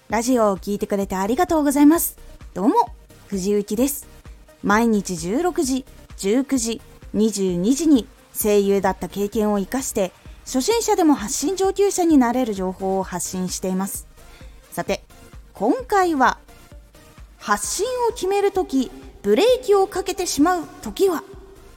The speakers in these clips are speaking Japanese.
ラジオを聞いてくれてありがとうございます。どうも、藤幸です。毎日16時、19時、22時に声優だった経験を生かして初心者でも発信上級者になれる情報を発信しています。さて、今回は発信を決めるときブレーキをかけてしまうときは、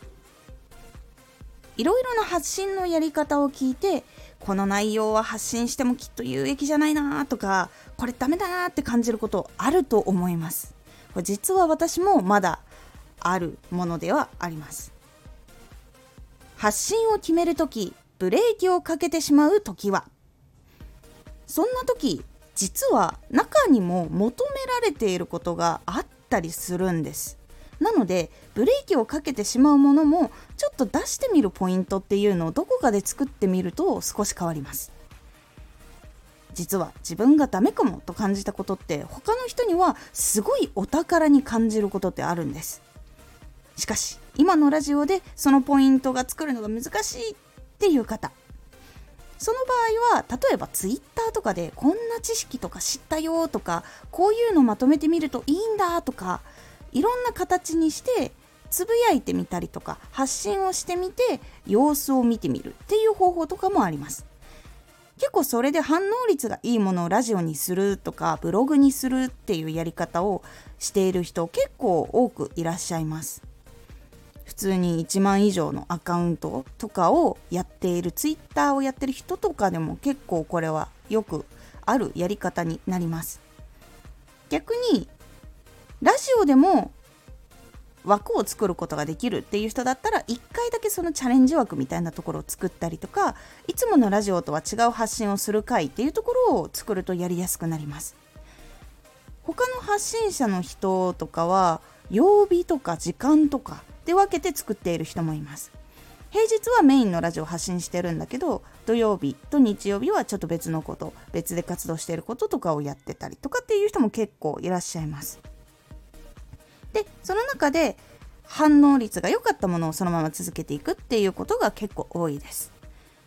いろいろな発信のやり方を聞いて、この内容は発信してもきっと有益じゃないなとか、これダメだなって感じることあると思います。これ実は私もまだあるものではあります。発信を決めるときブレーキをかけてしまうときは、そんなとき実は中にも求められていることがあったりするんです。なのでブレーキをかけてしまうものもちょっと出してみるポイントっていうのをどこかで作ってみると少し変わります。実は自分がダメかもと感じたことって他の人にはすごいお宝に感じることってあるんです。しかし今のラジオでそのポイントが作るのが難しいっていう方、その場合は例えばツイッターとかでこんな知識とか知ったよとか、こういうのまとめてみるといいんだとか、いろんな形にしてつぶやいてみたりとか発信をしてみて様子を見てみるっていう方法とかもあります。結構それで反応率がいいものをラジオにするとかブログにするっていうやり方をしている人結構多くいらっしゃいます。普通に1万以上のアカウントとかをやっている、ツイッターをやってる人とかでも結構これはよくあるやり方になります。逆にラジオでも枠を作ることができるっていう人だったら、1回だけそのチャレンジ枠みたいなところを作ったりとか、いつものラジオとは違う発信をする回っていうところを作るとやりやすくなります。他の発信者の人とかは曜日とか時間とかで分けて作っている人もいます。平日はメインのラジオを発信してるんだけど、土曜日と日曜日はちょっと別のこと、別で活動していることとかをやってたりとかっていう人も結構いらっしゃいます。で、その中で反応率が良かったものをそのまま続けていくっていうことが結構多いです。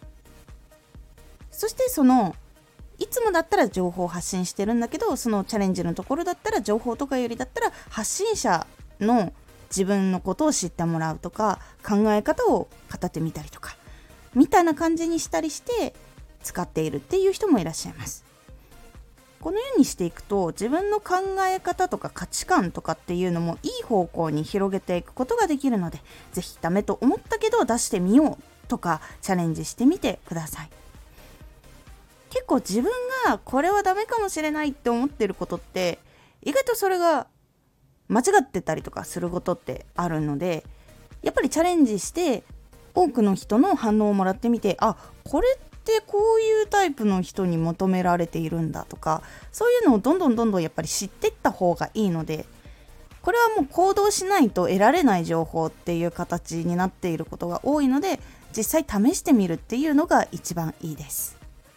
そしていつもだったら情報を発信してるんだけど、そのチャレンジのところだったら情報とかよりだったら発信者の自分のことを知ってもらうとか、考え方を語ってみたりとかみたいな感じにしたりして使っているっていう人もいらっしゃいます。このようにしていくと自分の考え方とか価値観とかっていうのもいい方向に広げていくことができるので、ぜひダメと思ったけど出してみようとかチャレンジしてみてください。結構自分がこれはダメかもしれないって思ってることって意外とそれが間違ってたりとかすることってあるので、やっぱりチャレンジして多くの人の反応をもらってみて、あ、これってこういうタイプの人に求められているんだとか、そういうのをどんどんやっぱり知っていった方がいいので、これはもう行動しないと得られない情報っていう形になっていることが多いので、実際試してみるっていうのが一番いいです。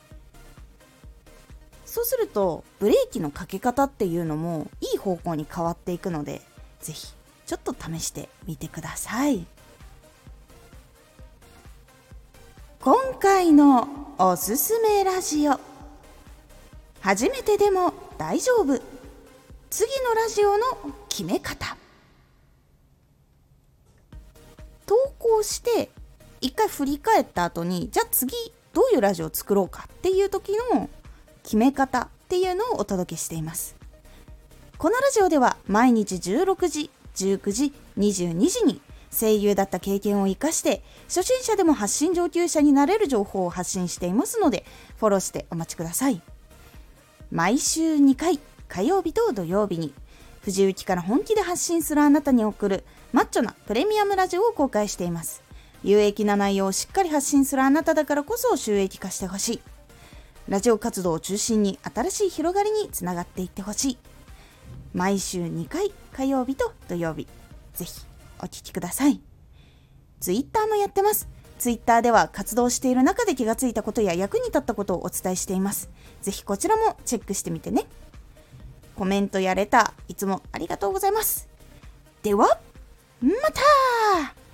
そうするとブレーキのかけ方っていうのもいい方向に変わっていくので、ぜひちょっと試してみてください。今回のおすすめラジオ、初めてでも大丈夫、次のラジオの決め方。投稿して一回振り返った後に、じゃあ次どういうラジオを作ろうかっていう時の決め方っていうのをお届けしています。このラジオでは毎日16時、19時、22時に声優だった経験を生かして初心者でも発信上級者になれる情報を発信していますので、フォローしてお待ちください。毎週2回、火曜日と土曜日に藤幸から本気で発信するあなたに送るマッチョなプレミアムラジオを公開しています。有益な内容をしっかり発信するあなただからこそ収益化してほしい。ラジオ活動を中心に新しい広がりにつながっていってほしい。毎週2回、火曜日と土曜日、ぜひお聞きください。ツイッターもやってます。ツイッターでは活動している中で気がついたことや役に立ったことをお伝えしています。ぜひこちらもチェックしてみてね。コメントやレターいつもありがとうございます。ではまた。